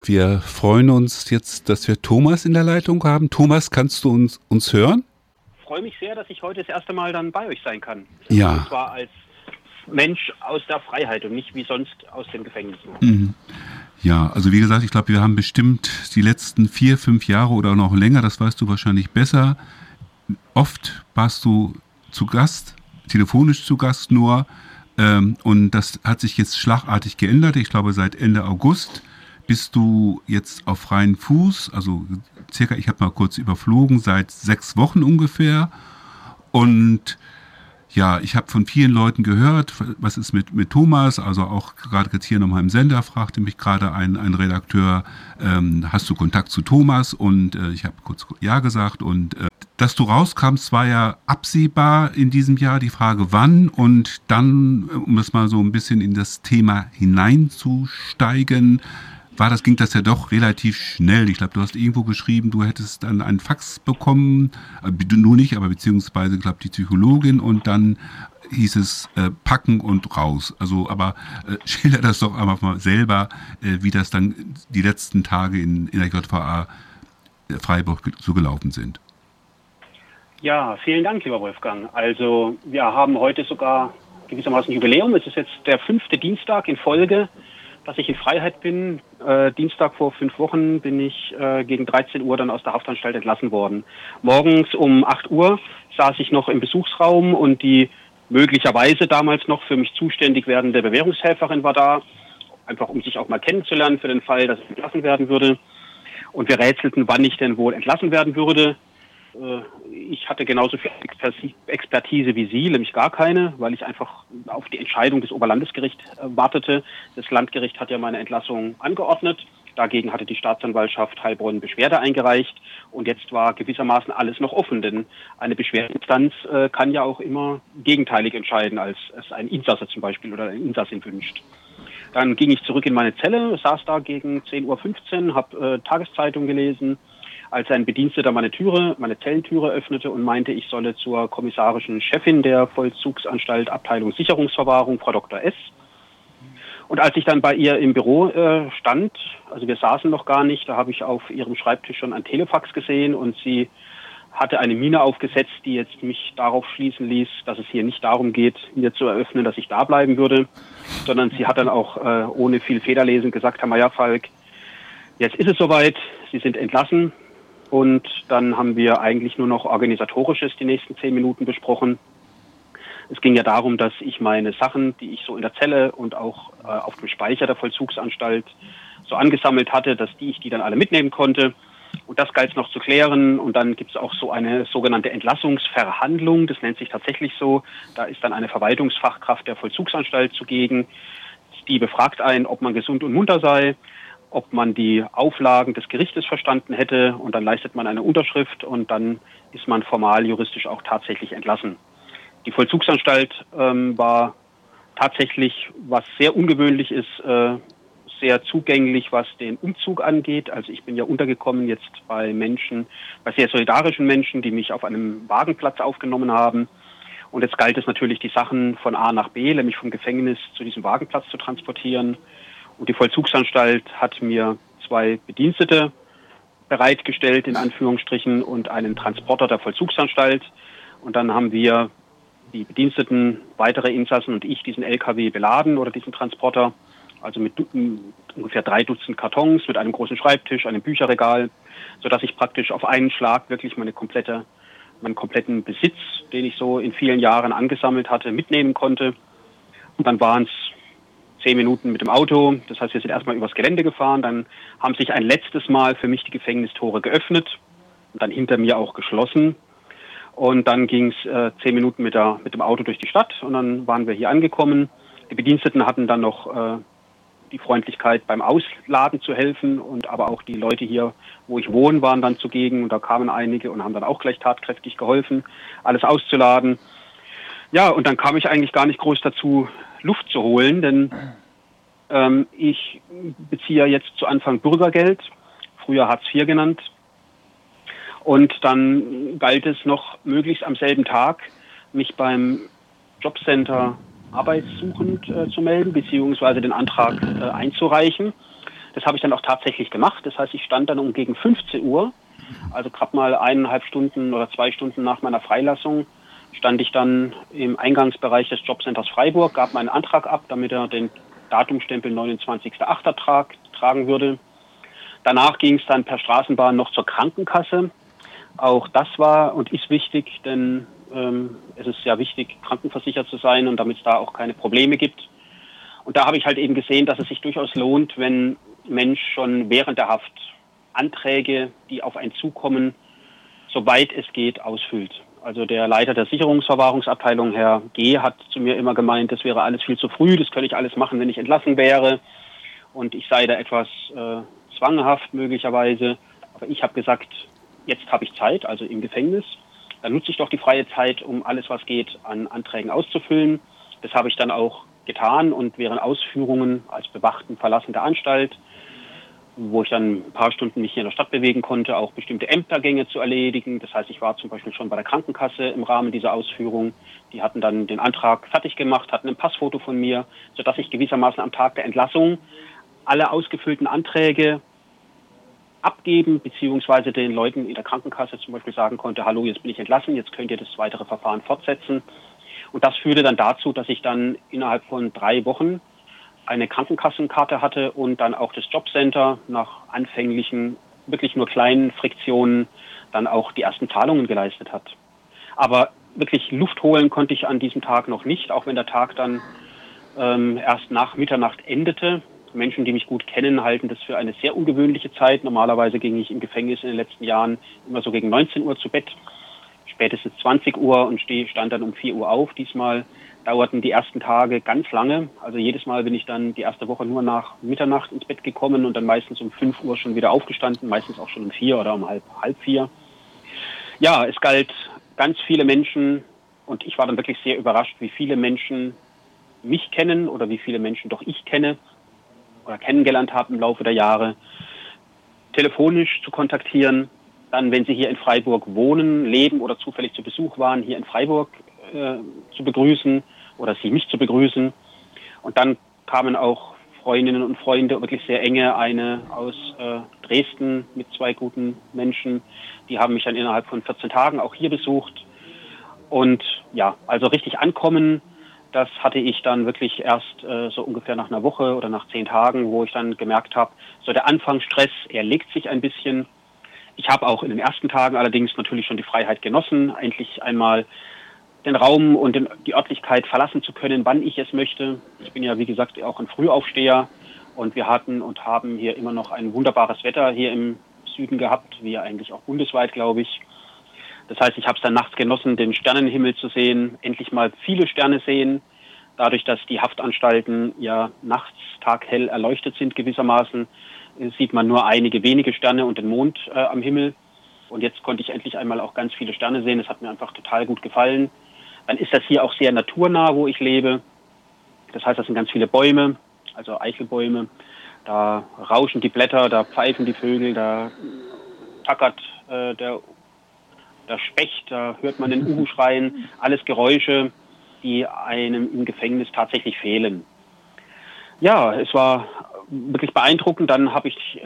Wir freuen uns jetzt, dass wir Thomas in der Leitung haben. Thomas, kannst du uns hören? Ich freue mich sehr, dass ich heute das erste Mal dann bei euch sein kann. Ja. Und zwar als Mensch aus der Freiheit und nicht wie sonst aus dem Gefängnis. Mhm. Ja, also wie gesagt, ich glaube, wir haben bestimmt die letzten 4, 5 Jahre oder noch länger, das weißt du wahrscheinlich besser. Oft warst du zu Gast, telefonisch zu Gast nur, und das hat sich jetzt schlagartig geändert. Ich glaube, seit Ende August bist du jetzt auf freien Fuß, also circa, ich habe mal kurz überflogen, seit 6 Wochen ungefähr. Und ja, ich habe von vielen Leuten gehört, was ist mit Thomas, also auch gerade jetzt hier nochmal im Sender, fragte mich gerade ein Redakteur, hast du Kontakt zu Thomas? Und ich habe kurz ja gesagt. Und dass du rauskamst, war ja absehbar in diesem Jahr, die Frage wann. Und dann, um es mal so ein bisschen in das Thema hineinzusteigen, ging das ja doch relativ schnell. Ich glaube, du hast irgendwo geschrieben, du hättest dann einen Fax bekommen, du nicht, aber beziehungsweise, ich glaube, die Psychologin, und dann hieß es packen und raus. Also, aber schilder das doch einfach mal selber, wie das dann die letzten Tage in der JVA Freiburg so gelaufen sind. Ja, vielen Dank, lieber Wolfgang. Also, wir haben heute sogar gewissermaßen Jubiläum. Es ist jetzt der 5. Dienstag in Folge, dass ich in Freiheit bin. Dienstag vor 5 Wochen bin ich gegen 13 Uhr dann aus der Haftanstalt entlassen worden. Morgens um 8 Uhr saß ich noch im Besuchsraum und die möglicherweise damals noch für mich zuständig werdende Bewährungshelferin war da, einfach um sich auch mal kennenzulernen für den Fall, dass ich entlassen werden würde. Und wir rätselten, wann ich denn wohl entlassen werden würde. Ich hatte genauso viel Expertise wie Sie, nämlich gar keine, weil ich einfach auf die Entscheidung des Oberlandesgerichts wartete. Das Landgericht hat ja meine Entlassung angeordnet. Dagegen hatte die Staatsanwaltschaft Heilbronn Beschwerde eingereicht. Und jetzt war gewissermaßen alles noch offen, denn eine Beschwerdeinstanz kann ja auch immer gegenteilig entscheiden, als es ein Insasse zum Beispiel oder ein Insassin wünscht. Dann ging ich zurück in meine Zelle, saß da gegen 10:15 Uhr, habe Tageszeitung gelesen, als ein Bediensteter meine Zellentüre öffnete und meinte, ich solle zur kommissarischen Chefin der Vollzugsanstalt Abteilung Sicherungsverwahrung, Frau Dr. S. Und als ich dann bei ihr im Büro stand, also wir saßen noch gar nicht, da habe ich auf ihrem Schreibtisch schon ein Telefax gesehen und sie hatte eine Miene aufgesetzt, die jetzt mich darauf schließen ließ, dass es hier nicht darum geht, mir zu eröffnen, dass ich da bleiben würde, sondern sie hat dann auch ohne viel Federlesen gesagt, Herr Meyer-Falk, jetzt ist es soweit, Sie sind entlassen. Und dann haben wir eigentlich nur noch Organisatorisches die nächsten 10 Minuten besprochen. Es ging ja darum, dass ich meine Sachen, die ich so in der Zelle und auch auf dem Speicher der Vollzugsanstalt so angesammelt hatte, dass ich die dann alle mitnehmen konnte. Und das galt es noch zu klären. Und dann gibt es auch so eine sogenannte Entlassungsverhandlung. Das nennt sich tatsächlich so. Da ist dann eine Verwaltungsfachkraft der Vollzugsanstalt zugegen. Die befragt einen, ob man gesund und munter sei, ob man die Auflagen des Gerichtes verstanden hätte, und dann leistet man eine Unterschrift und dann ist man formal juristisch auch tatsächlich entlassen. Die Vollzugsanstalt war tatsächlich, was sehr ungewöhnlich ist, sehr zugänglich, was den Umzug angeht. Also ich bin ja untergekommen jetzt bei sehr solidarischen Menschen, die mich auf einem Wagenplatz aufgenommen haben. Und jetzt galt es natürlich, die Sachen von A nach B, nämlich vom Gefängnis zu diesem Wagenplatz zu transportieren. Und die Vollzugsanstalt hat mir 2 Bedienstete bereitgestellt, in Anführungsstrichen, und einen Transporter der Vollzugsanstalt. Und dann haben wir, die Bediensteten, weitere Insassen und ich, diesen LKW beladen oder diesen Transporter, also mit ungefähr 3 Dutzend Kartons, mit einem großen Schreibtisch, einem Bücherregal, sodass ich praktisch auf einen Schlag wirklich meinen kompletten Besitz, den ich so in vielen Jahren angesammelt hatte, mitnehmen konnte. Und dann waren es 10 Minuten mit dem Auto, das heißt, wir sind erstmal übers Gelände gefahren, dann haben sich ein letztes Mal für mich die Gefängnistore geöffnet und dann hinter mir auch geschlossen. Und dann ging es 10 Minuten mit dem Auto durch die Stadt und dann waren wir hier angekommen. Die Bediensteten hatten dann noch die Freundlichkeit, beim Ausladen zu helfen, und aber auch die Leute hier, wo ich wohne, waren dann zugegen, und da kamen einige und haben dann auch gleich tatkräftig geholfen, alles auszuladen. Ja, und dann kam ich eigentlich gar nicht groß dazu, Luft zu holen, denn ich beziehe jetzt zu Anfang Bürgergeld, früher Hartz IV genannt. Und dann galt es noch, möglichst am selben Tag mich beim Jobcenter arbeitssuchend zu melden, beziehungsweise den Antrag einzureichen. Das habe ich dann auch tatsächlich gemacht. Das heißt, ich stand dann gegen 15 Uhr, also gerade mal 1,5 Stunden oder 2 Stunden nach meiner Freilassung, stand ich dann im Eingangsbereich des Jobcenters Freiburg, gab meinen Antrag ab, damit er den Datumstempel 29.08. tragen würde. Danach ging es dann per Straßenbahn noch zur Krankenkasse. Auch das war und ist wichtig, denn es ist sehr wichtig, krankenversichert zu sein und damit es da auch keine Probleme gibt. Und da habe ich halt eben gesehen, dass es sich durchaus lohnt, wenn Mensch schon während der Haft Anträge, die auf einen zukommen, soweit es geht, ausfüllt. Also der Leiter der Sicherungsverwahrungsabteilung, Herr G., hat zu mir immer gemeint, das wäre alles viel zu früh, das könnte ich alles machen, wenn ich entlassen wäre. Und ich sei da etwas zwanghaft möglicherweise. Aber ich habe gesagt, jetzt habe ich Zeit, also im Gefängnis. Dann nutze ich doch die freie Zeit, um alles, was geht, an Anträgen auszufüllen. Das habe ich dann auch getan und während Ausführungen als bewachten Verlassen der Anstalt, wo ich dann ein paar Stunden mich hier in der Stadt bewegen konnte, auch bestimmte Ämtergänge zu erledigen. Das heißt, ich war zum Beispiel schon bei der Krankenkasse im Rahmen dieser Ausführung. Die hatten dann den Antrag fertig gemacht, hatten ein Passfoto von mir, sodass ich gewissermaßen am Tag der Entlassung alle ausgefüllten Anträge abgeben, beziehungsweise den Leuten in der Krankenkasse zum Beispiel sagen konnte, hallo, jetzt bin ich entlassen, jetzt könnt ihr das weitere Verfahren fortsetzen. Und das führte dann dazu, dass ich dann innerhalb von 3 Wochen eine Krankenkassenkarte hatte und dann auch das Jobcenter nach anfänglichen, wirklich nur kleinen Friktionen dann auch die ersten Zahlungen geleistet hat. Aber wirklich Luft holen konnte ich an diesem Tag noch nicht, auch wenn der Tag dann erst nach Mitternacht endete. Menschen, die mich gut kennen, halten das für eine sehr ungewöhnliche Zeit. Normalerweise ging ich im Gefängnis in den letzten Jahren immer so gegen 19 Uhr zu Bett, spätestens 20 Uhr und stand dann um 4 Uhr auf. Diesmal dauerten die ersten Tage ganz lange. Also jedes Mal bin ich dann die erste Woche nur nach Mitternacht ins Bett gekommen und dann meistens um 5 Uhr schon wieder aufgestanden, meistens auch schon um 4 oder um halb 4. Ja, es galt ganz viele Menschen und ich war dann wirklich sehr überrascht, wie viele Menschen mich kennen oder wie viele Menschen doch ich kenne oder kennengelernt habe im Laufe der Jahre, telefonisch zu kontaktieren. Dann, wenn sie hier in Freiburg wohnen, leben oder zufällig zu Besuch waren, hier in Freiburg zu begrüßen oder sie mich zu begrüßen. Und dann kamen auch Freundinnen und Freunde, wirklich sehr enge, eine aus Dresden mit 2 guten Menschen. Die haben mich dann innerhalb von 14 Tagen auch hier besucht. Und ja, also richtig ankommen, das hatte ich dann wirklich erst so ungefähr nach einer Woche oder nach 10 Tagen, wo ich dann gemerkt habe, so der Anfangsstress, er legt sich ein bisschen. Ich habe auch in den ersten Tagen allerdings natürlich schon die Freiheit genossen, endlich einmal den Raum und die Örtlichkeit verlassen zu können, wann ich es möchte. Ich bin ja, wie gesagt, auch ein Frühaufsteher und wir hatten und haben hier immer noch ein wunderbares Wetter hier im Süden gehabt, wie ja eigentlich auch bundesweit, glaube ich. Das heißt, ich habe es dann nachts genossen, den Sternenhimmel zu sehen, endlich mal viele Sterne sehen. Dadurch, dass die Haftanstalten ja nachts taghell erleuchtet sind gewissermaßen, sieht man nur einige wenige Sterne und den Mond am Himmel. Und jetzt konnte ich endlich einmal auch ganz viele Sterne sehen. Das hat mir einfach total gut gefallen. Dann ist das hier auch sehr naturnah, wo ich lebe. Das heißt, das sind ganz viele Bäume, also Eichelbäume. Da rauschen die Blätter, da pfeifen die Vögel, da tackert der Specht, da hört man den Uhu schreien. Alles Geräusche, die einem im Gefängnis tatsächlich fehlen. Ja, es war wirklich beeindruckend. Dann habe ich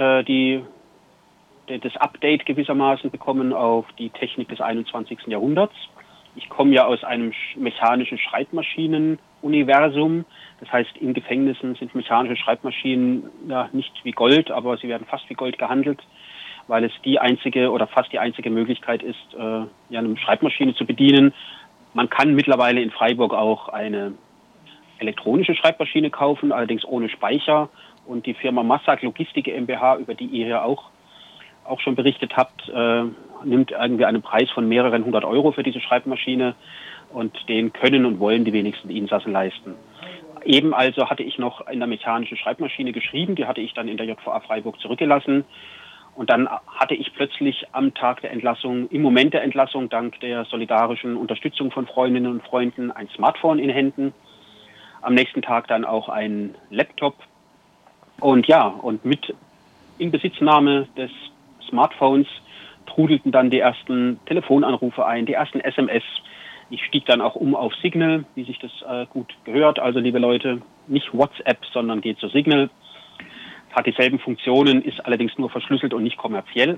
das Update gewissermaßen bekommen auf die Technik des 21. Jahrhunderts. Ich komme ja aus einem mechanischen Schreibmaschinen-Universum. Das heißt, in Gefängnissen sind mechanische Schreibmaschinen ja nicht wie Gold, aber sie werden fast wie Gold gehandelt, weil es die einzige oder fast die einzige Möglichkeit ist, ja, eine Schreibmaschine zu bedienen. Man kann mittlerweile in Freiburg auch eine elektronische Schreibmaschine kaufen, allerdings ohne Speicher. Und die Firma Massak Logistik GmbH, über die ihr ja auch schon berichtet habt, nimmt irgendwie einen Preis von mehreren 100 Euro für diese Schreibmaschine und den können und wollen die wenigsten Insassen leisten. Eben also hatte ich noch in der mechanischen Schreibmaschine geschrieben, die hatte ich dann in der JVA Freiburg zurückgelassen und dann hatte ich plötzlich am Tag der Entlassung, im Moment der Entlassung, dank der solidarischen Unterstützung von Freundinnen und Freunden, ein Smartphone in Händen, am nächsten Tag dann auch ein Laptop und ja, und mit Inbesitznahme des Smartphones trudelten dann die ersten Telefonanrufe ein, die ersten SMS. Ich stieg dann auch auf Signal, wie sich das gut gehört. Also liebe Leute, nicht WhatsApp, sondern geht zu Signal. hat dieselben Funktionen, ist allerdings nur verschlüsselt und nicht kommerziell.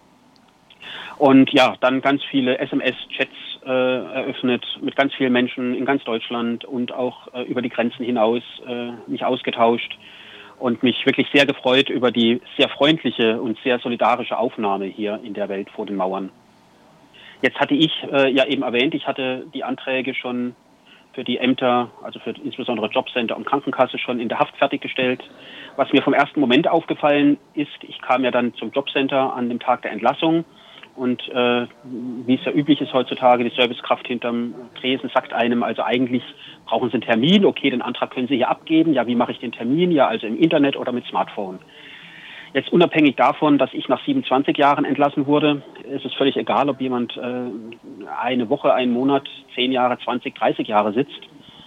Und ja, dann ganz viele SMS-Chats eröffnet mit ganz vielen Menschen in ganz Deutschland und auch über die Grenzen hinaus mich ausgetauscht und mich wirklich sehr gefreut über die sehr freundliche und sehr solidarische Aufnahme hier in der Welt vor den Mauern. Jetzt hatte ich ja eben erwähnt, ich hatte die Anträge schon für die Ämter, also für insbesondere Jobcenter und Krankenkasse schon in der Haft fertiggestellt. Was mir vom ersten Moment aufgefallen ist, ich kam ja dann zum Jobcenter an dem Tag der Entlassung und wie es ja üblich ist heutzutage, die Servicekraft hinterm Tresen sagt einem, also eigentlich brauchen Sie einen Termin, okay, den Antrag können Sie hier abgeben, ja, wie mache ich den Termin? Ja, also im Internet oder mit Smartphone. Jetzt unabhängig davon, dass ich nach 27 Jahren entlassen wurde, ist es völlig egal, ob jemand eine Woche, einen Monat, 10 Jahre, 20, 30 Jahre sitzt.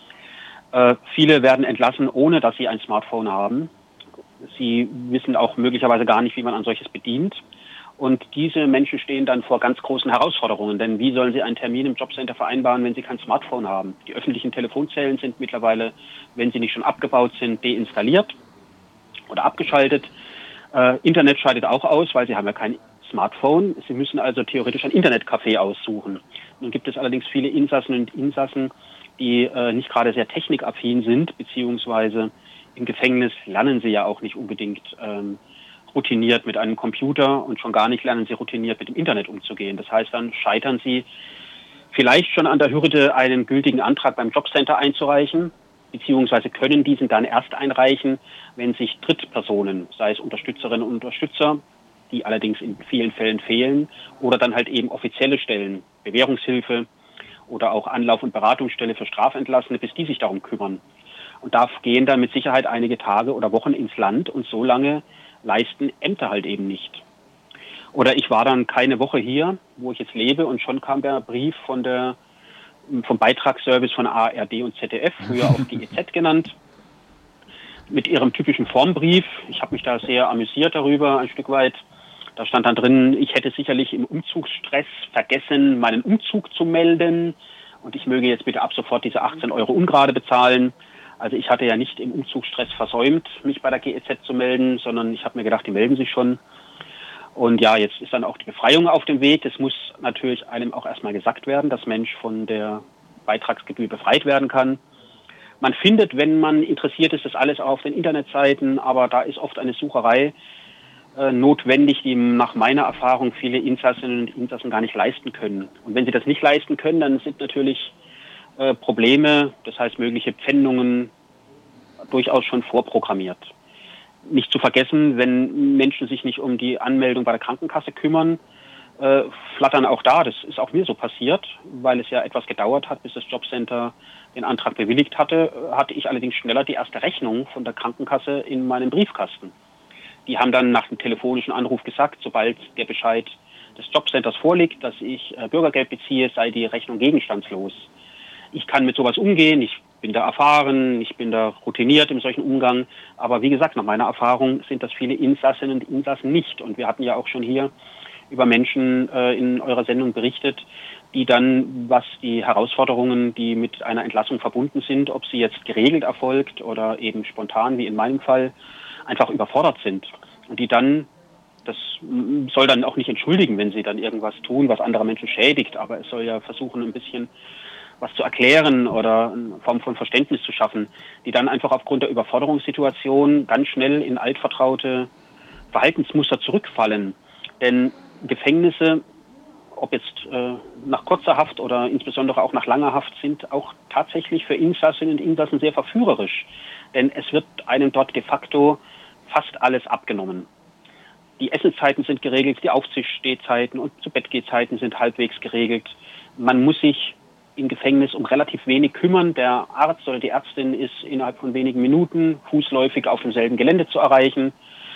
Viele werden entlassen, ohne dass sie ein Smartphone haben. Sie wissen auch möglicherweise gar nicht, wie man ein solches bedient. Und diese Menschen stehen dann vor ganz großen Herausforderungen. Denn wie sollen sie einen Termin im Jobcenter vereinbaren, wenn sie kein Smartphone haben? Die öffentlichen Telefonzellen sind mittlerweile, wenn sie nicht schon abgebaut sind, deinstalliert oder abgeschaltet. Internet scheidet auch aus, weil sie haben ja kein Smartphone. Sie müssen also theoretisch ein Internetcafé aussuchen. Nun gibt es allerdings viele Insassen und Insassen, die nicht gerade sehr technikaffin sind, beziehungsweise im Gefängnis lernen sie ja auch nicht unbedingt routiniert mit einem Computer und schon gar nicht lernen sie routiniert mit dem Internet umzugehen. Das heißt, dann scheitern sie vielleicht schon an der Hürde, einen gültigen Antrag beim Jobcenter einzureichen, beziehungsweise können diesen dann erst einreichen, wenn sich Drittpersonen, sei es Unterstützerinnen und Unterstützer, die allerdings in vielen Fällen fehlen, oder dann halt eben offizielle Stellen, Bewährungshilfe oder auch Anlauf- und Beratungsstelle für Strafentlassene, bis die sich darum kümmern. Und da gehen dann mit Sicherheit einige Tage oder Wochen ins Land und so lange leisten Ämter halt eben nicht. Oder ich war dann keine Woche hier, wo ich jetzt lebe, und schon kam der Brief vom Beitragsservice von ARD und ZDF, früher auch GEZ genannt, mit ihrem typischen Formbrief. Ich habe mich da sehr amüsiert darüber, ein Stück weit. Da stand dann drin, ich hätte sicherlich im Umzugsstress vergessen, meinen Umzug zu melden und ich möge jetzt bitte ab sofort diese 18 € Ungrade bezahlen. Also ich hatte ja nicht im Umzugsstress versäumt, mich bei der GEZ zu melden, sondern ich habe mir gedacht, die melden sich schon. Und ja, jetzt ist dann auch die Befreiung auf dem Weg. Es muss natürlich einem auch erstmal gesagt werden, dass Mensch von der Beitragsgebühr befreit werden kann. Man findet, wenn man interessiert ist, das alles auch auf den Internetseiten, aber da ist oft eine Sucherei notwendig, die nach meiner Erfahrung viele Insassinnen und Insassen gar nicht leisten können. Und wenn sie das nicht leisten können, dann sind natürlich Probleme, das heißt mögliche Pfändungen, durchaus schon vorprogrammiert. Nicht zu vergessen, wenn Menschen sich nicht um die Anmeldung bei der Krankenkasse kümmern, flattern auch da. Das ist auch mir so passiert, weil es ja etwas gedauert hat, bis das Jobcenter den Antrag bewilligt hatte, hatte ich allerdings schneller die erste Rechnung von der Krankenkasse in meinem Briefkasten. Die haben dann nach dem telefonischen Anruf gesagt, sobald der Bescheid des Jobcenters vorliegt, dass ich Bürgergeld beziehe, sei die Rechnung gegenstandslos. Ich kann mit sowas umgehen, ich bin da erfahren, ich bin da routiniert in solchen Umgang. Aber wie gesagt, nach meiner Erfahrung sind das viele Insassinnen und Insassen nicht. Und wir hatten ja auch schon hier über Menschen in eurer Sendung berichtet, die dann, was die Herausforderungen, die mit einer Entlassung verbunden sind, ob sie jetzt geregelt erfolgt oder eben spontan, wie in meinem Fall, einfach überfordert sind. Und die dann, das soll dann auch nicht entschuldigen, wenn sie dann irgendwas tun, was andere Menschen schädigt, aber es soll ja versuchen, ein bisschen was zu erklären oder eine Form von Verständnis zu schaffen, die dann einfach aufgrund der Überforderungssituation ganz schnell in altvertraute Verhaltensmuster zurückfallen. Denn Gefängnisse, ob jetzt nach kurzer Haft oder insbesondere auch nach langer Haft, sind auch tatsächlich für Insassinnen und Insassen sehr verführerisch. Denn es wird einem dort de facto fast alles abgenommen. Die Essenszeiten sind geregelt, die Aufstehzeiten und Zu-Bett-Gehzeiten sind halbwegs geregelt. Man muss sich im Gefängnis um relativ wenig kümmern. Der Arzt oder die Ärztin ist innerhalb von wenigen Minuten fußläufig auf demselben Gelände zu erreichen.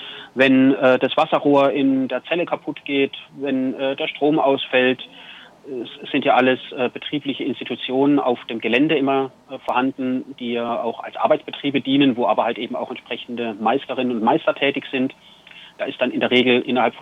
Wenn das Wasserrohr in der Zelle kaputt geht, wenn der Strom ausfällt, es sind ja alles betriebliche Institutionen auf dem Gelände immer vorhanden, die ja auch als Arbeitsbetriebe dienen, wo aber halt eben auch entsprechende Meisterinnen und Meister tätig sind. Da ist dann in der Regel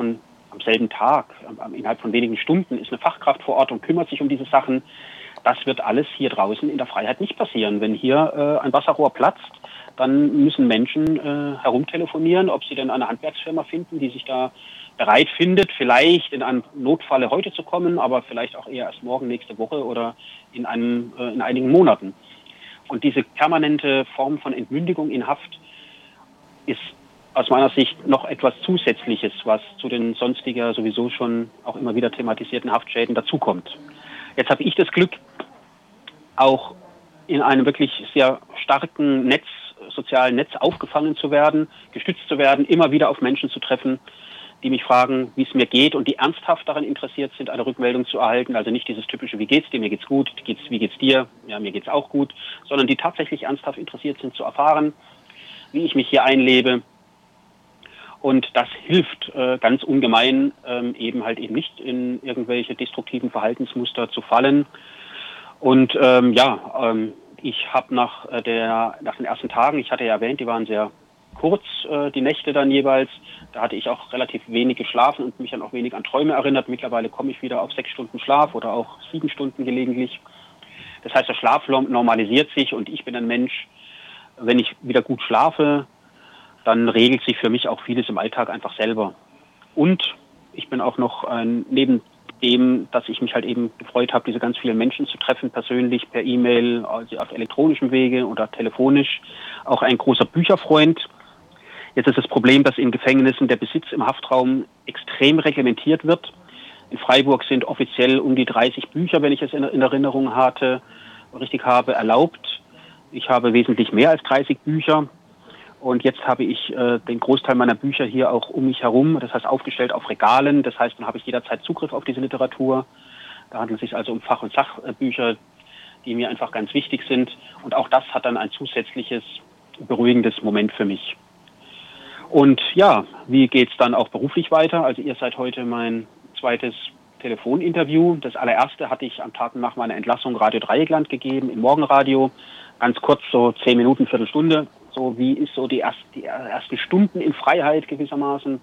am selben Tag, innerhalb von wenigen Stunden ist eine Fachkraft vor Ort und kümmert sich um diese Sachen. Das wird alles hier draußen in der Freiheit nicht passieren. Wenn hier ein Wasserrohr platzt, dann müssen Menschen herumtelefonieren, ob sie denn eine Handwerksfirma finden, die sich da bereit findet, vielleicht in einem Notfalle heute zu kommen, aber vielleicht auch eher erst morgen, nächste Woche oder in einigen Monaten. Und diese permanente Form von Entmündigung in Haft ist aus meiner Sicht noch etwas Zusätzliches, was zu den sonstiger sowieso schon auch immer wieder thematisierten Haftschäden dazukommt. Jetzt habe ich das Glück, auch in einem wirklich sehr starken sozialen Netz aufgefangen zu werden, gestützt zu werden, immer wieder auf Menschen zu treffen, die mich fragen, wie es mir geht und die ernsthaft daran interessiert sind, eine Rückmeldung zu erhalten. Also nicht dieses typische, wie geht's dir, mir geht's gut, wie geht's dir, ja, mir geht's auch gut, sondern die tatsächlich ernsthaft interessiert sind zu erfahren, wie ich mich hier einlebe. Und das hilft ganz ungemein, eben nicht in irgendwelche destruktiven Verhaltensmuster zu fallen. Und ich habe nach den ersten Tagen, ich hatte ja erwähnt, die waren sehr kurz, die Nächte dann jeweils. Da hatte ich auch relativ wenig geschlafen und mich dann auch wenig an Träume erinnert. Mittlerweile komme ich wieder auf 6 Stunden Schlaf oder auch 7 Stunden gelegentlich. Das heißt, der Schlaf normalisiert sich und ich bin ein Mensch, wenn ich wieder gut schlafe, dann regelt sich für mich auch vieles im Alltag einfach selber. Und ich bin auch noch neben dem, dass ich mich halt eben gefreut habe, diese ganz vielen Menschen zu treffen, persönlich, per E-Mail, also auf elektronischem Wege oder telefonisch, auch ein großer Bücherfreund. Jetzt ist das Problem, dass in Gefängnissen der Besitz im Haftraum extrem reglementiert wird. In Freiburg sind offiziell um die 30 Bücher, wenn ich es in Erinnerung richtig habe, erlaubt. Ich habe wesentlich mehr als 30 Bücher. Und jetzt habe ich den Großteil meiner Bücher hier auch um mich herum, das heißt aufgestellt auf Regalen. Das heißt, dann habe ich jederzeit Zugriff auf diese Literatur. Da handelt es sich also um Fach- und Sachbücher, die mir einfach ganz wichtig sind. Und auch das hat dann ein zusätzliches beruhigendes Moment für mich. Und ja, wie geht's dann auch beruflich weiter? Also ihr seid heute mein zweites Telefoninterview. Das allererste hatte ich am Tag nach meiner Entlassung Radio Dreieckland gegeben, im Morgenradio. Ganz kurz, so 10 Minuten, Viertelstunde. So wie ist so die ersten Stunden in Freiheit gewissermaßen.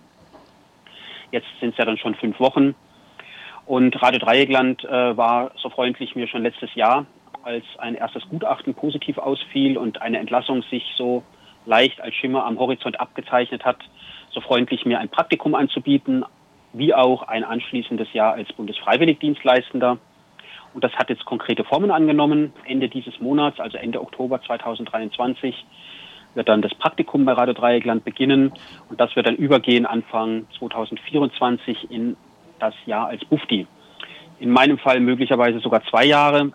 Jetzt sind es ja dann schon 5 Wochen. Und Radio Dreieckland war so freundlich, mir schon letztes Jahr, als ein erstes Gutachten positiv ausfiel und eine Entlassung sich so leicht als Schimmer am Horizont abgezeichnet hat, so freundlich mir ein Praktikum anzubieten, wie auch ein anschließendes Jahr als Bundesfreiwilligdienstleistender. Und das hat jetzt konkrete Formen angenommen. Ende dieses Monats, also Ende Oktober 2023, wird dann das Praktikum bei Radio Dreieckland beginnen. Und das wird dann übergehen Anfang 2024 in das Jahr als Bufti. In meinem Fall möglicherweise sogar 2 Jahre.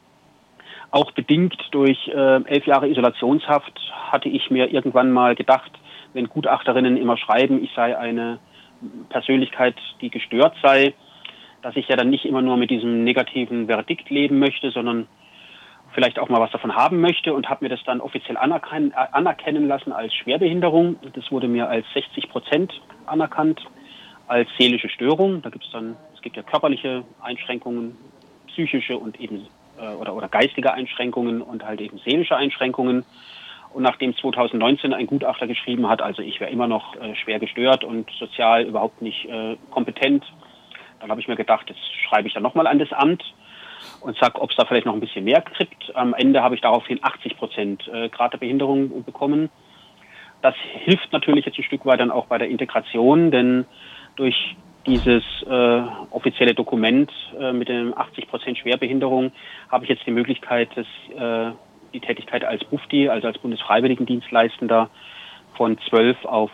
Auch bedingt durch 11 Jahre Isolationshaft hatte ich mir irgendwann mal gedacht, wenn Gutachterinnen immer schreiben, ich sei eine Persönlichkeit, die gestört sei, dass ich ja dann nicht immer nur mit diesem negativen Verdikt leben möchte, sondern vielleicht auch mal was davon haben möchte und habe mir das dann offiziell anerkennen lassen als Schwerbehinderung. Das wurde mir als 60% anerkannt, als seelische Störung. Es gibt ja körperliche Einschränkungen, psychische und eben oder geistige Einschränkungen und halt eben seelische Einschränkungen. Und nachdem 2019 ein Gutachter geschrieben hat, also ich wäre immer noch schwer gestört und sozial überhaupt nicht kompetent, dann habe ich mir gedacht, jetzt schreibe ich dann nochmal an das Amt und sage, ob es da vielleicht noch ein bisschen mehr gibt. Am Ende habe ich daraufhin 80% Grad der Behinderung bekommen. Das hilft natürlich jetzt ein Stück weit dann auch bei der Integration, denn durch dieses offizielle Dokument mit dem 80% Schwerbehinderung habe ich jetzt die Möglichkeit, die Tätigkeit als Bufti, also als Bundesfreiwilligendienstleistender, von 12 auf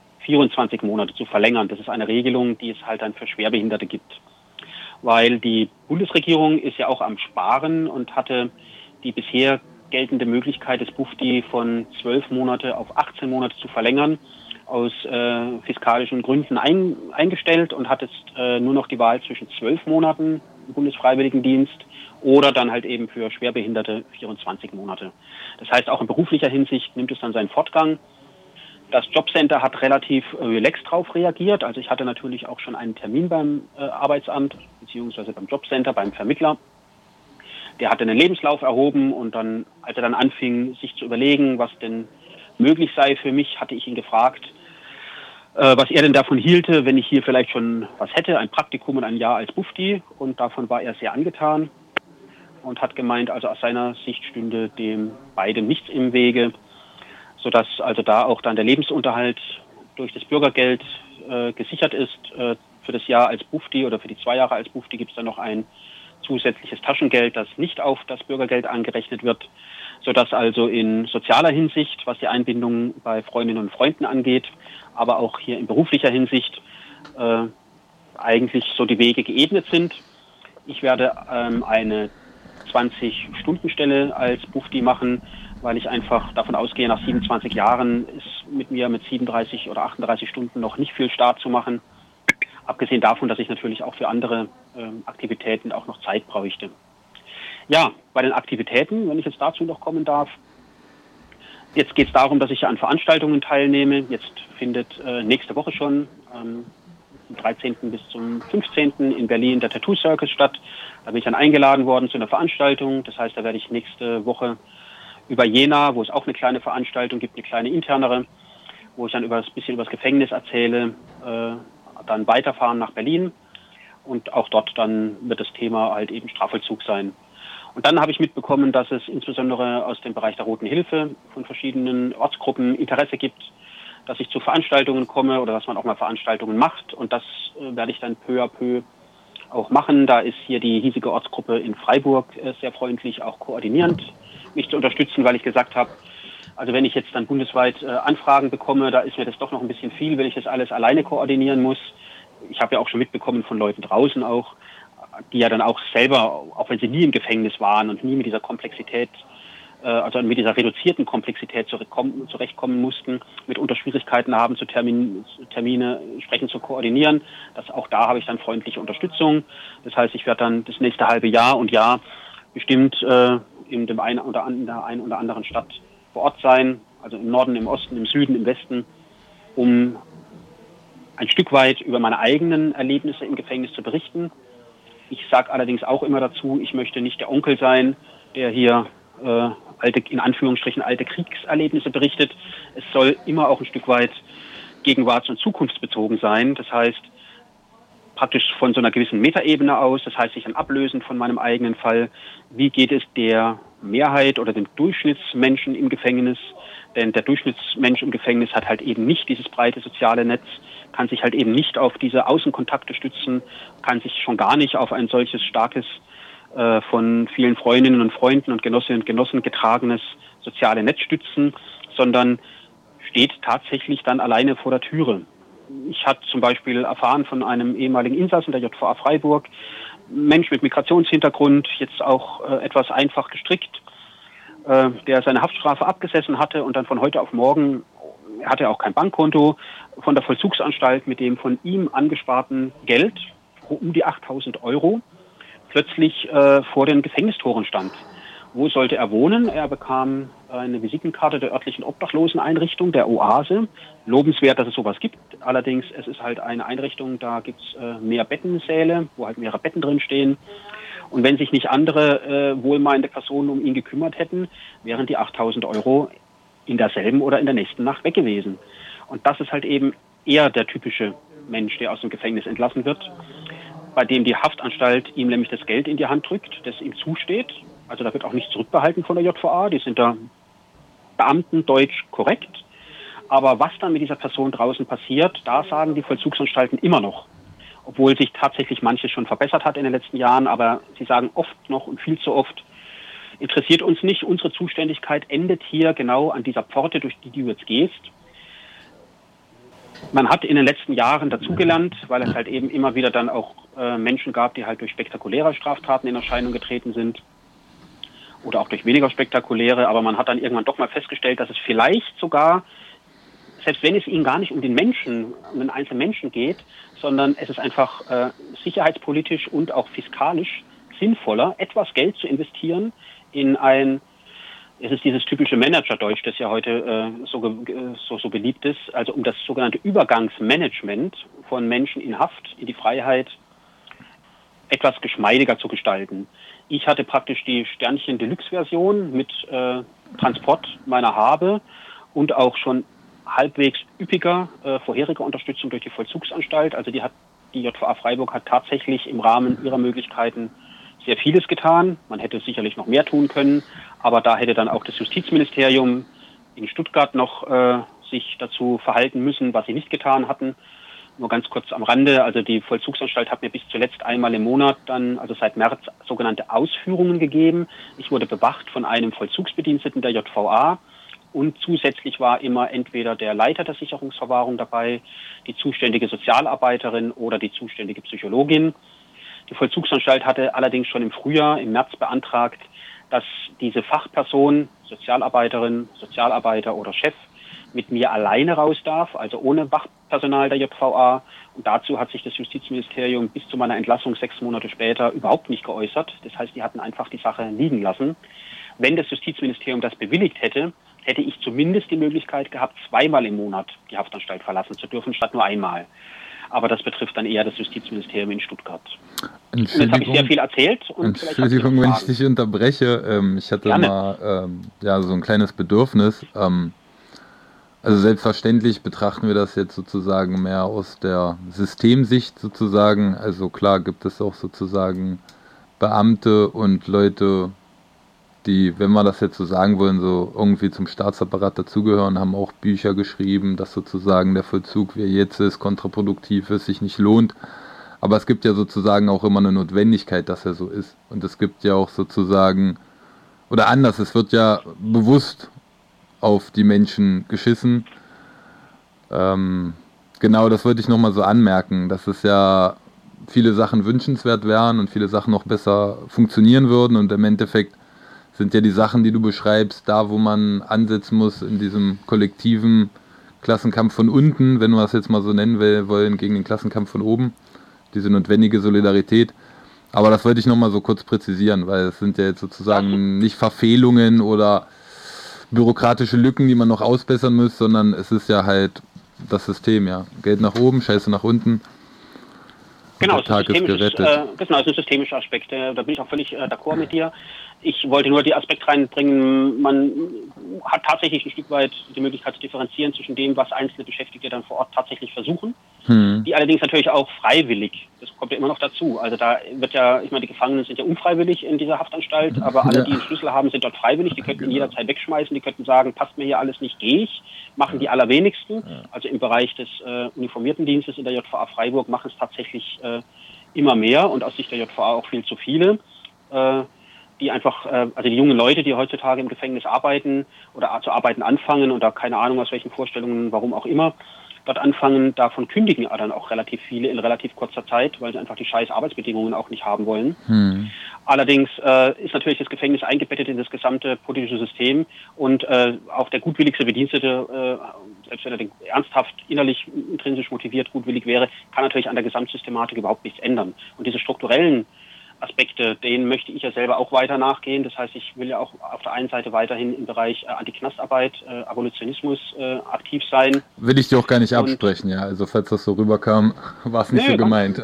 24 Monate zu verlängern. Das ist eine Regelung, die es halt dann für Schwerbehinderte gibt. Weil die Bundesregierung ist ja auch am Sparen und hatte die bisher geltende Möglichkeit des Bufti von 12 Monate auf 18 Monate zu verlängern, aus fiskalischen Gründen eingestellt und hat jetzt nur noch die Wahl zwischen 12 Monaten im Bundesfreiwilligendienst oder dann halt eben für Schwerbehinderte 24 Monate. Das heißt, auch in beruflicher Hinsicht nimmt es dann seinen Fortgang. Das Jobcenter hat relativ relaxed drauf reagiert. Also ich hatte natürlich auch schon einen Termin beim Arbeitsamt beziehungsweise beim Jobcenter, beim Vermittler. Der hatte einen Lebenslauf erhoben und dann, als er dann anfing, sich zu überlegen, was denn möglich sei für mich, hatte ich ihn gefragt, was er denn davon hielte, wenn ich hier vielleicht schon was hätte, ein Praktikum und ein Jahr als Bufti. Und davon war er sehr angetan und hat gemeint, also aus seiner Sicht stünde dem beidem nichts im Wege, sodass also da auch dann der Lebensunterhalt durch das Bürgergeld gesichert ist. Für das Jahr als Bufdi oder für die 2 Jahre als Bufdi gibt es dann noch ein zusätzliches Taschengeld, das nicht auf das Bürgergeld angerechnet wird, sodass also in sozialer Hinsicht, was die Einbindung bei Freundinnen und Freunden angeht, aber auch hier in beruflicher Hinsicht eigentlich so die Wege geebnet sind. Ich werde eine 20-Stunden-Stelle als Bufdi machen, weil ich einfach davon ausgehe, nach 27 Jahren ist mit mir mit 37 oder 38 Stunden noch nicht viel Start zu machen. Abgesehen davon, dass ich natürlich auch für andere Aktivitäten auch noch Zeit bräuchte. Ja, bei den Aktivitäten, wenn ich jetzt dazu noch kommen darf, jetzt geht es darum, dass ich an Veranstaltungen teilnehme. Jetzt findet nächste Woche schon vom 13. bis zum 15. in Berlin der Tattoo Circus statt. Da bin ich dann eingeladen worden zu einer Veranstaltung. Das heißt, da werde ich nächste Woche über Jena, wo es auch eine kleine Veranstaltung gibt, eine kleine internere, wo ich dann bisschen über das Gefängnis erzähle, dann weiterfahren nach Berlin. Und auch dort dann wird das Thema halt eben Strafvollzug sein. Und dann habe ich mitbekommen, dass es insbesondere aus dem Bereich der Roten Hilfe von verschiedenen Ortsgruppen Interesse gibt, dass ich zu Veranstaltungen komme oder dass man auch mal Veranstaltungen macht. Und das werde ich dann peu à peu auch machen. Da ist hier die hiesige Ortsgruppe in Freiburg sehr freundlich, auch koordinierend mich zu unterstützen, weil ich gesagt habe, also wenn ich jetzt dann bundesweit Anfragen bekomme, da ist mir das doch noch ein bisschen viel, wenn ich das alles alleine koordinieren muss. Ich habe ja auch schon mitbekommen von Leuten draußen auch, die ja dann auch selber, auch wenn sie nie im Gefängnis waren und nie mit dieser Komplexität, also mit dieser reduzierten Komplexität zurechtkommen mussten, mitunter Schwierigkeiten haben, Termine entsprechend zu koordinieren. Auch da habe ich dann freundliche Unterstützung. Das heißt, ich werde dann das nächste halbe Jahr und Jahr bestimmt in der einen oder anderen Stadt vor Ort sein, also im Norden, im Osten, im Süden, im Westen, um ein Stück weit über meine eigenen Erlebnisse im Gefängnis zu berichten. Ich sage allerdings auch immer dazu, ich möchte nicht der Onkel sein, der hier in Anführungsstrichen alte Kriegserlebnisse berichtet. Es soll immer auch ein Stück weit gegenwarts- und zukunftsbezogen sein. Das heißt, praktisch von so einer gewissen Metaebene aus, das heißt, sich dann ablösen von meinem eigenen Fall. Wie geht es der Mehrheit oder dem Durchschnittsmenschen im Gefängnis? Denn der Durchschnittsmensch im Gefängnis hat halt eben nicht dieses breite soziale Netz, kann sich halt eben nicht auf diese Außenkontakte stützen, kann sich schon gar nicht auf ein solches starkes, von vielen Freundinnen und Freunden und Genossinnen und Genossen getragenes soziale Netz stützen, sondern steht tatsächlich dann alleine vor der Türe. Ich hatte zum Beispiel erfahren von einem ehemaligen Insassen der JVA Freiburg, Mensch mit Migrationshintergrund, jetzt auch etwas einfach gestrickt, der seine Haftstrafe abgesessen hatte und dann von heute auf morgen, er hatte auch kein Bankkonto, von der Vollzugsanstalt mit dem von ihm angesparten Geld, um die 8.000 Euro, plötzlich vor den Gefängnistoren stand. Wo sollte er wohnen? Er bekam eine Visitenkarte der örtlichen Obdachloseneinrichtung, der Oase. Lobenswert, dass es sowas gibt. Allerdings, es ist halt eine Einrichtung, da gibt es mehr Bettensäle, wo halt mehrere Betten drin stehen. Und wenn sich nicht andere wohlmeinende Personen um ihn gekümmert hätten, wären die 8.000 Euro in derselben oder in der nächsten Nacht weg gewesen. Und das ist halt eben eher der typische Mensch, der aus dem Gefängnis entlassen wird, bei dem die Haftanstalt ihm nämlich das Geld in die Hand drückt, das ihm zusteht. Also da wird auch nichts zurückbehalten von der JVA, die sind da beamtendeutsch korrekt. Aber was dann mit dieser Person draußen passiert, da sagen die Vollzugsanstalten immer noch. Obwohl sich tatsächlich manches schon verbessert hat in den letzten Jahren, aber sie sagen oft noch und viel zu oft, interessiert uns nicht, unsere Zuständigkeit endet hier genau an dieser Pforte, durch die du jetzt gehst. Man hat in den letzten Jahren dazugelernt, weil es halt eben immer wieder dann auch Menschen gab, die halt durch spektakuläre Straftaten in Erscheinung getreten sind oder auch durch weniger spektakuläre, aber man hat dann irgendwann doch mal festgestellt, dass es vielleicht sogar, selbst wenn es ihnen gar nicht um den Menschen, um den einzelnen Menschen geht, sondern es ist einfach sicherheitspolitisch und auch fiskalisch sinnvoller, etwas Geld zu investieren in es ist dieses typische Managerdeutsch, das ja heute so beliebt ist, also um das sogenannte Übergangsmanagement von Menschen in Haft, in die Freiheit, etwas geschmeidiger zu gestalten. Ich hatte praktisch die Sternchen-Deluxe-Version mit Transport meiner Habe und auch schon halbwegs üppiger vorheriger Unterstützung durch die Vollzugsanstalt. Also die JVA Freiburg hat tatsächlich im Rahmen ihrer Möglichkeiten sehr vieles getan. Man hätte sicherlich noch mehr tun können, aber da hätte dann auch das Justizministerium in Stuttgart noch sich dazu verhalten müssen, was sie nicht getan hatten. Nur ganz kurz am Rande, also die Vollzugsanstalt hat mir bis zuletzt einmal im Monat dann, also seit März, sogenannte Ausführungen gegeben. Ich wurde bewacht von einem Vollzugsbediensteten der JVA und zusätzlich war immer entweder der Leiter der Sicherungsverwahrung dabei, die zuständige Sozialarbeiterin oder die zuständige Psychologin. Die Vollzugsanstalt hatte allerdings schon im Frühjahr, im März beantragt, dass diese Fachperson, Sozialarbeiterin, Sozialarbeiter oder Chef, mit mir alleine raus darf, also ohne Wachpersonal der JVA. Und dazu hat sich das Justizministerium bis zu meiner Entlassung 6 Monate später überhaupt nicht geäußert. Das heißt, die hatten einfach die Sache liegen lassen. Wenn das Justizministerium das bewilligt hätte, hätte ich zumindest die Möglichkeit gehabt, 2-mal im Monat die Haftanstalt verlassen zu dürfen, statt nur einmal. Aber das betrifft dann eher das Justizministerium in Stuttgart. Und jetzt habe ich sehr viel erzählt. Und Entschuldigung, wenn ich dich unterbreche. Ich hatte mal so ein kleines Bedürfnis. Also selbstverständlich betrachten wir das jetzt sozusagen mehr aus der Systemsicht sozusagen. Also klar gibt es auch sozusagen Beamte und Leute, die, wenn wir das jetzt so sagen wollen, so irgendwie zum Staatsapparat dazugehören, haben auch Bücher geschrieben, dass sozusagen der Vollzug, wie er jetzt ist, kontraproduktiv ist, sich nicht lohnt. Aber es gibt ja sozusagen auch immer eine Notwendigkeit, dass er so ist. Und es gibt ja auch sozusagen, oder anders, es wird ja bewusst auf die Menschen geschissen. Genau, das wollte ich nochmal so anmerken, dass es ja viele Sachen wünschenswert wären und viele Sachen noch besser funktionieren würden und im Endeffekt sind ja die Sachen, die du beschreibst, da wo man ansetzen muss in diesem kollektiven Klassenkampf von unten, wenn wir das jetzt mal so nennen wollen, gegen den Klassenkampf von oben, diese notwendige Solidarität. Aber das wollte ich nochmal so kurz präzisieren, weil es sind ja jetzt sozusagen nicht Verfehlungen oder bürokratische Lücken, die man noch ausbessern muss, sondern es ist ja halt das System, ja. Geld nach oben, Scheiße nach unten. Genau, das ist ein systemischer Aspekt. Da bin ich auch völlig d'accord mit dir. Ich wollte nur den Aspekt reinbringen, man hat tatsächlich ein Stück weit die Möglichkeit zu differenzieren zwischen dem, was einzelne Beschäftigte dann vor Ort tatsächlich versuchen, die allerdings natürlich auch freiwillig, das kommt ja immer noch dazu, also da wird ja, ich meine, die Gefangenen sind ja unfreiwillig in dieser Haftanstalt, aber alle, die einen Schlüssel haben, sind dort freiwillig, die könnten ihn jederzeit wegschmeißen, die könnten sagen, passt mir hier alles nicht, gehe ich, machen die allerwenigsten, also im Bereich des uniformierten Dienstes in der JVA Freiburg machen es tatsächlich immer mehr und aus Sicht der JVA auch viel zu viele, die einfach, also die jungen Leute, die heutzutage im Gefängnis arbeiten oder zu arbeiten anfangen und da keine Ahnung aus welchen Vorstellungen, warum auch immer, dort anfangen, davon kündigen dann auch relativ viele in relativ kurzer Zeit, weil sie einfach die scheiß Arbeitsbedingungen auch nicht haben wollen. Allerdings ist natürlich das Gefängnis eingebettet in das gesamte politische System und auch der gutwilligste Bedienstete, selbst wenn er ernsthaft, innerlich, intrinsisch motiviert, gutwillig wäre, kann natürlich an der Gesamtsystematik überhaupt nichts ändern. Und diese strukturellen Aspekte, denen möchte ich ja selber auch weiter nachgehen. Das heißt, ich will ja auch auf der einen Seite weiterhin im Bereich Antiknastarbeit, Abolitionismus aktiv sein. Will ich dir auch gar nicht absprechen, ja. Also falls das so rüberkam, war es nicht so gemeint.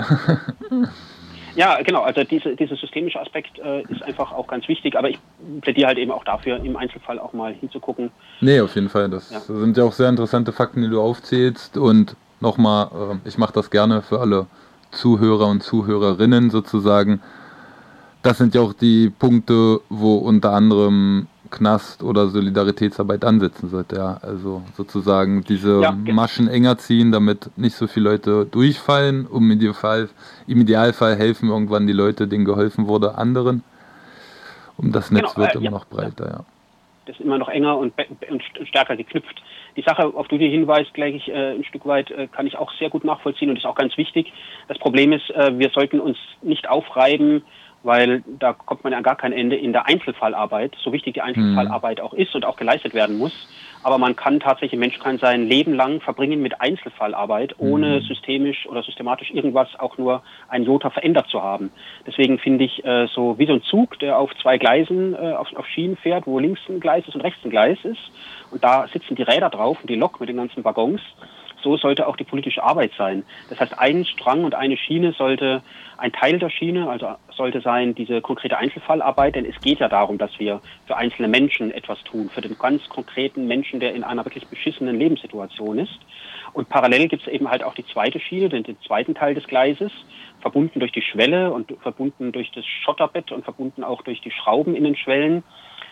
Ja, genau. Also dieser systemische Aspekt ist einfach auch ganz wichtig. Aber ich plädiere halt eben auch dafür, im Einzelfall auch mal hinzugucken. Nee, auf jeden Fall. Das sind ja auch sehr interessante Fakten, die du aufzählst. Und nochmal, ich mache das gerne für alle Zuhörer und Zuhörerinnen sozusagen. Das sind ja auch die Punkte, wo unter anderem Knast oder Solidaritätsarbeit ansetzen sollte. Ja. Also sozusagen diese Maschen enger ziehen, damit nicht so viele Leute durchfallen. Im Idealfall helfen irgendwann die Leute, denen geholfen wurde, anderen. Und das Netz wird immer noch breiter. Ja. Das ist immer noch enger und stärker geknüpft. Die Sache, auf die du hinweist, gleich ein Stück weit, kann ich auch sehr gut nachvollziehen und ist auch ganz wichtig. Das Problem ist, wir sollten uns nicht aufreiben, weil da kommt man ja gar kein Ende in der Einzelfallarbeit, so wichtig die Einzelfallarbeit auch ist und auch geleistet werden muss. Aber man kann tatsächlich, Mensch kann sein Leben lang verbringen mit Einzelfallarbeit, ohne systemisch oder systematisch irgendwas auch nur ein Jota verändert zu haben. Deswegen finde ich so wie so ein Zug, der auf 2 Gleisen auf Schienen fährt, wo links ein Gleis ist und rechts ein Gleis ist. Und da sitzen die Räder drauf und die Lok mit den ganzen Waggons. So sollte auch die politische Arbeit sein. Das heißt, ein Strang und eine Schiene sollte, ein Teil der Schiene, also sollte sein diese konkrete Einzelfallarbeit, denn es geht ja darum, dass wir für einzelne Menschen etwas tun, für den ganz konkreten Menschen, der in einer wirklich beschissenen Lebenssituation ist. Und parallel gibt es eben halt auch die zweite Schiene, den zweiten Teil des Gleises, verbunden durch die Schwelle und verbunden durch das Schotterbett und verbunden auch durch die Schrauben in den Schwellen.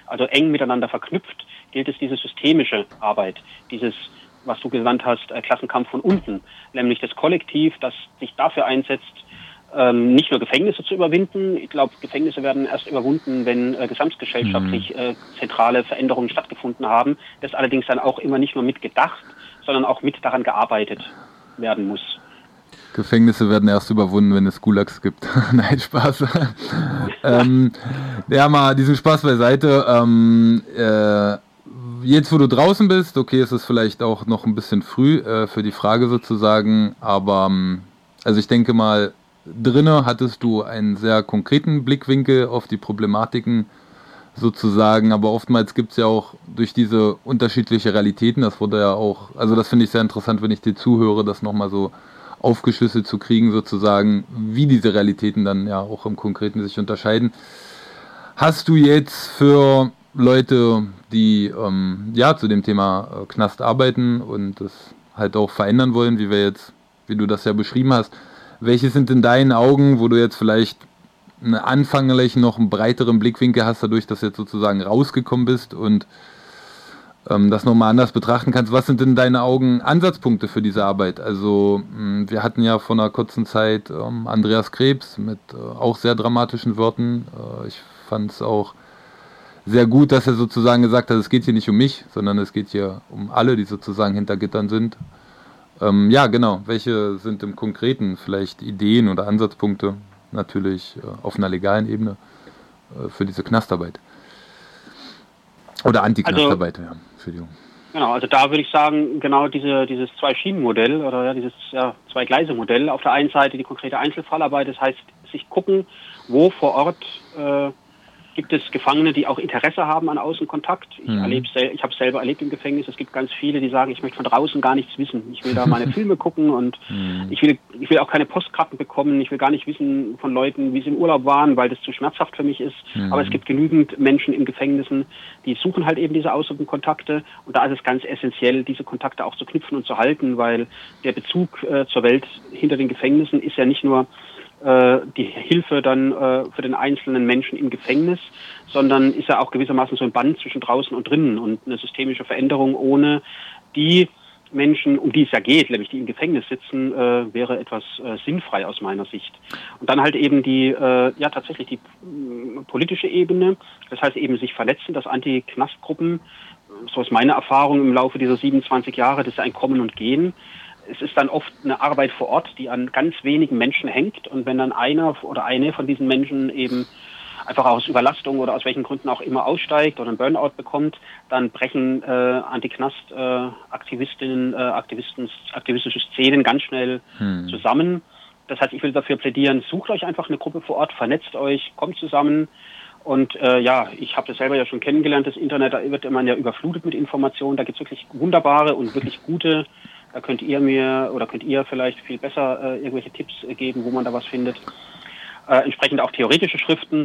also eng miteinander verknüpft, gilt es diese systemische Arbeit, dieses, was du genannt hast, Klassenkampf von unten, nämlich das Kollektiv, das sich dafür einsetzt, nicht nur Gefängnisse zu überwinden. Ich glaube, Gefängnisse werden erst überwunden, wenn gesamtgesellschaftlich zentrale Veränderungen stattgefunden haben. Das allerdings dann auch immer nicht nur mitgedacht, sondern auch mit daran gearbeitet werden muss. Gefängnisse werden erst überwunden, wenn es Gulags gibt. Nein, Spaß. Ja, mal diesen Spaß beiseite. Jetzt, wo du draußen bist, okay, ist es vielleicht auch noch ein bisschen früh für die Frage sozusagen, aber also ich denke mal, drinne hattest du einen sehr konkreten Blickwinkel auf die Problematiken sozusagen, aber oftmals gibt es ja auch durch diese unterschiedliche Realitäten, das wurde ja auch, also das finde ich sehr interessant, wenn ich dir zuhöre, das nochmal so aufgeschlüsselt zu kriegen sozusagen, wie diese Realitäten dann ja auch im Konkreten sich unterscheiden. Hast du jetzt für Leute, die ja zu dem Thema Knast arbeiten und das halt auch verändern wollen, wie du das ja beschrieben hast, welche sind in deinen Augen, wo du jetzt vielleicht anfänglich noch einen breiteren Blickwinkel hast, dadurch, dass du jetzt sozusagen rausgekommen bist und das nochmal anders betrachten kannst, was sind in deinen Augen Ansatzpunkte für diese Arbeit? Also wir hatten ja vor einer kurzen Zeit Andreas Krebs mit auch sehr dramatischen Worten. Ich fand es auch sehr gut, dass er sozusagen gesagt hat, es geht hier nicht um mich, sondern es geht hier um alle, die sozusagen hinter Gittern sind. Ja, genau. Welche sind im Konkreten vielleicht Ideen oder Ansatzpunkte, natürlich auf einer legalen Ebene, für diese Knastarbeit? Oder Anti-Knastarbeit, ja. Entschuldigung. Genau, also da würde ich sagen, genau dieses Zwei-Schienen-Modell oder ja, dieses Zwei-Gleise-Modell. Auf der einen Seite die konkrete Einzelfallarbeit, das heißt, sich gucken, wo vor Ort gibt es Gefangene, die auch Interesse haben an Außenkontakt. Ich habe es selber erlebt im Gefängnis. Es gibt ganz viele, die sagen, ich möchte von draußen gar nichts wissen. Ich will da meine Filme gucken und ich will auch keine Postkarten bekommen. Ich will gar nicht wissen von Leuten, wie sie im Urlaub waren, weil das zu schmerzhaft für mich ist. Aber es gibt genügend Menschen in Gefängnissen, die suchen halt eben diese Außenkontakte. Und da ist es ganz essentiell, diese Kontakte auch zu knüpfen und zu halten, weil der Bezug zur Welt hinter den Gefängnissen ist ja nicht nur die Hilfe dann für den einzelnen Menschen im Gefängnis, sondern ist ja auch gewissermaßen so ein Band zwischen draußen und drinnen und eine systemische Veränderung ohne die Menschen, um die es ja geht, nämlich die im Gefängnis sitzen, wäre etwas sinnfrei aus meiner Sicht. Und dann halt eben tatsächlich die politische Ebene, das heißt eben sich verletzen, dass Anti-Knastgruppen, so ist meine Erfahrung im Laufe dieser 27 Jahre, das ist ein Kommen und Gehen. Es ist dann oft eine Arbeit vor Ort, die an ganz wenigen Menschen hängt. Und wenn dann einer oder eine von diesen Menschen eben einfach aus Überlastung oder aus welchen Gründen auch immer aussteigt oder einen Burnout bekommt, dann brechen Anti-Knast-Aktivistinnen, aktivistische Szenen ganz schnell zusammen. Das heißt, ich will dafür plädieren, sucht euch einfach eine Gruppe vor Ort, vernetzt euch, kommt zusammen. Und ich habe das selber ja schon kennengelernt, das Internet, da wird man ja überflutet mit Informationen. Da gibt es wirklich wunderbare und wirklich gute. Da könnt ihr vielleicht viel besser irgendwelche Tipps geben, wo man da was findet. Entsprechend auch theoretische Schriften.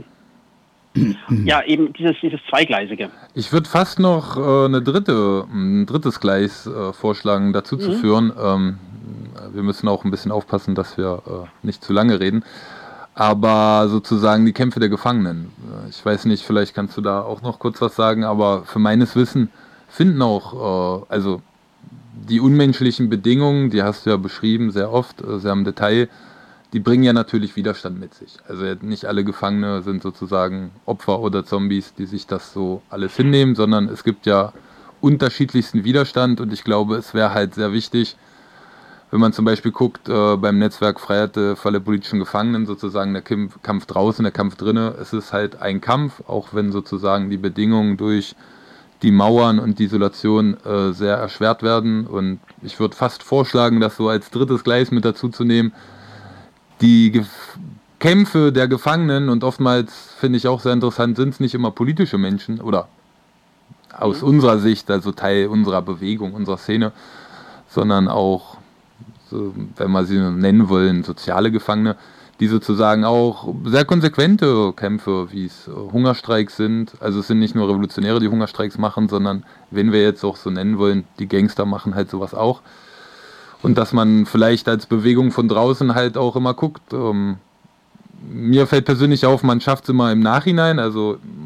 Ja, eben dieses Zweigleisige. Ich würde fast noch ein drittes Gleis vorschlagen, dazu zu führen. Wir müssen auch ein bisschen aufpassen, dass wir nicht zu lange reden. Aber sozusagen die Kämpfe der Gefangenen. Ich weiß nicht, vielleicht kannst du da auch noch kurz was sagen, aber für meines Wissen finden auch, die unmenschlichen Bedingungen, die hast du ja beschrieben, sehr oft, sehr im Detail, die bringen ja natürlich Widerstand mit sich. Also nicht alle Gefangene sind sozusagen Opfer oder Zombies, die sich das so alles hinnehmen, sondern es gibt ja unterschiedlichsten Widerstand und ich glaube, es wäre halt sehr wichtig, wenn man zum Beispiel guckt, beim Netzwerk Freiheit für alle politischen Gefangenen, sozusagen der Kampf draußen, der Kampf drinnen, es ist halt ein Kampf, auch wenn sozusagen die Bedingungen durch die Mauern und die Isolation sehr erschwert werden und ich würde fast vorschlagen, das so als drittes Gleis mit dazu zu nehmen, die Kämpfe der Gefangenen und oftmals finde ich auch sehr interessant, sind es nicht immer politische Menschen oder aus unserer Sicht, also Teil unserer Bewegung, unserer Szene, sondern auch, so, wenn wir sie nennen wollen, soziale Gefangene, die sozusagen auch sehr konsequente Kämpfe, wie es Hungerstreiks sind. Also es sind nicht nur Revolutionäre, die Hungerstreiks machen, sondern, wenn wir jetzt auch so nennen wollen, die Gangster machen halt sowas auch. Und dass man vielleicht als Bewegung von draußen halt auch immer guckt. Mir fällt persönlich auf, man schafft es immer im Nachhinein. Also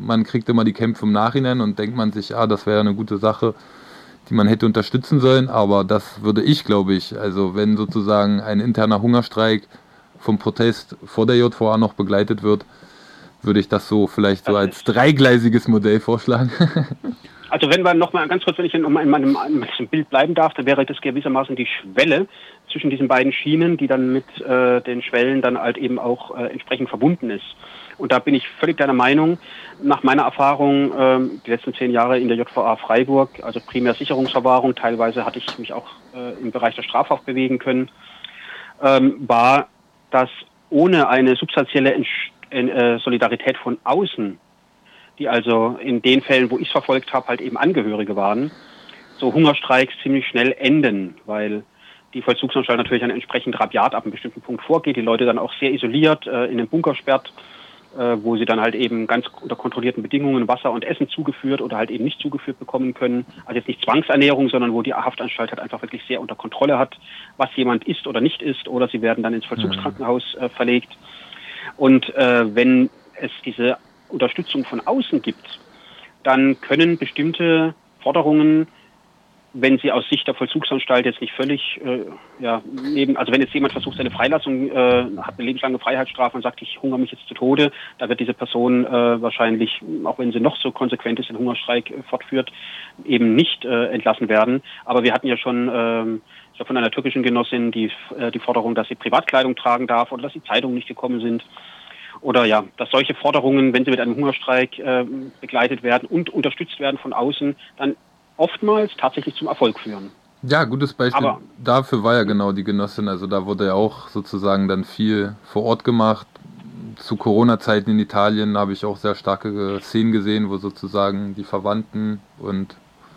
man kriegt immer die Kämpfe im Nachhinein und denkt man sich, das wäre eine gute Sache, die man hätte unterstützen sollen, aber das würde ich, glaube ich, also wenn sozusagen ein interner Hungerstreik vom Protest vor der JVA noch begleitet wird, würde ich das so vielleicht so als dreigleisiges Modell vorschlagen. Also wenn wir nochmal ganz kurz, wenn ich in meinem Bild bleiben darf, dann wäre das gewissermaßen die Schwelle zwischen diesen beiden Schienen, die dann mit den Schwellen dann halt eben auch entsprechend verbunden ist. Und da bin ich völlig deiner Meinung, nach meiner Erfahrung, die letzten 10 Jahre in der JVA Freiburg, also primär Sicherungsverwahrung, teilweise hatte ich mich auch im Bereich der Strafhaft bewegen können, war, dass ohne eine substanzielle Solidarität von außen, die also in den Fällen, wo ich es verfolgt habe, halt eben Angehörige waren, so Hungerstreiks ziemlich schnell enden, weil die Vollzugsanstalt natürlich dann entsprechend rabiat ab einem bestimmten Punkt vorgeht, die Leute dann auch sehr isoliert in den Bunker sperrt, wo sie dann halt eben ganz unter kontrollierten Bedingungen Wasser und Essen zugeführt oder halt eben nicht zugeführt bekommen können. Also jetzt nicht Zwangsernährung, sondern wo die Haftanstalt halt einfach wirklich sehr unter Kontrolle hat, was jemand isst oder nicht isst, oder sie werden dann ins Vollzugskrankenhaus verlegt. Und wenn es diese Unterstützung von außen gibt, dann können bestimmte Forderungen, wenn sie aus Sicht der Vollzugsanstalt jetzt nicht völlig also wenn jetzt jemand versucht, seine Freilassung, hat eine lebenslange Freiheitsstrafe und sagt, ich hungere mich jetzt zu Tode, da wird diese Person wahrscheinlich, auch wenn sie noch so konsequent ist, den Hungerstreik fortführt, eben nicht entlassen werden. Aber wir hatten ja schon von einer türkischen Genossin die Forderung, dass sie Privatkleidung tragen darf oder dass die Zeitungen nicht gekommen sind. Oder ja, dass solche Forderungen, wenn sie mit einem Hungerstreik begleitet werden und unterstützt werden von außen, dann oftmals tatsächlich zum Erfolg führen. Ja, gutes Beispiel dafür war ja genau die Genossin. Also da wurde ja auch sozusagen dann viel vor Ort gemacht. Zu Corona-Zeiten in Italien habe ich auch sehr starke Szenen gesehen, wo sozusagen die Verwandten und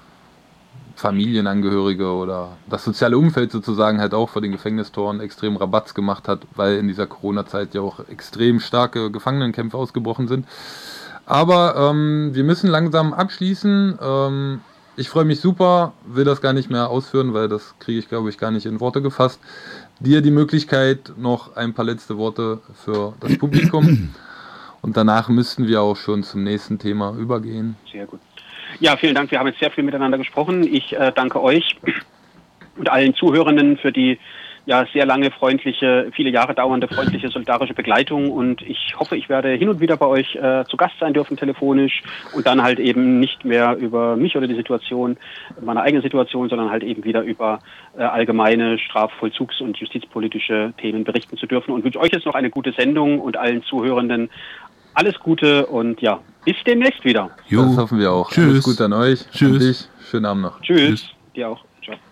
Familienangehörige oder das soziale Umfeld sozusagen halt auch vor den Gefängnistoren extrem Rabatz gemacht hat, weil in dieser Corona-Zeit ja auch extrem starke Gefangenenkämpfe ausgebrochen sind. Aber wir müssen langsam abschließen. Ich freue mich super, will das gar nicht mehr ausführen, weil das kriege ich, glaube ich, gar nicht in Worte gefasst. Dir die Möglichkeit, noch ein paar letzte Worte für das Publikum. Und danach müssten wir auch schon zum nächsten Thema übergehen. Sehr gut. Ja, vielen Dank. Wir haben jetzt sehr viel miteinander gesprochen. Ich danke euch und allen Zuhörenden für die sehr lange, freundliche, viele Jahre dauernde, freundliche, solidarische Begleitung. Und ich hoffe, ich werde hin und wieder bei euch zu Gast sein dürfen, telefonisch. Und dann halt eben nicht mehr über mich oder die Situation, meine eigene Situation, sondern halt eben wieder über allgemeine Strafvollzugs- und justizpolitische Themen berichten zu dürfen. Und wünsche euch jetzt noch eine gute Sendung und allen Zuhörenden alles Gute und bis demnächst wieder. Das hoffen wir auch. Tschüss. Alles Gute an euch. Tschüss. Und dich. Schönen Abend noch. Tschüss. Dir auch.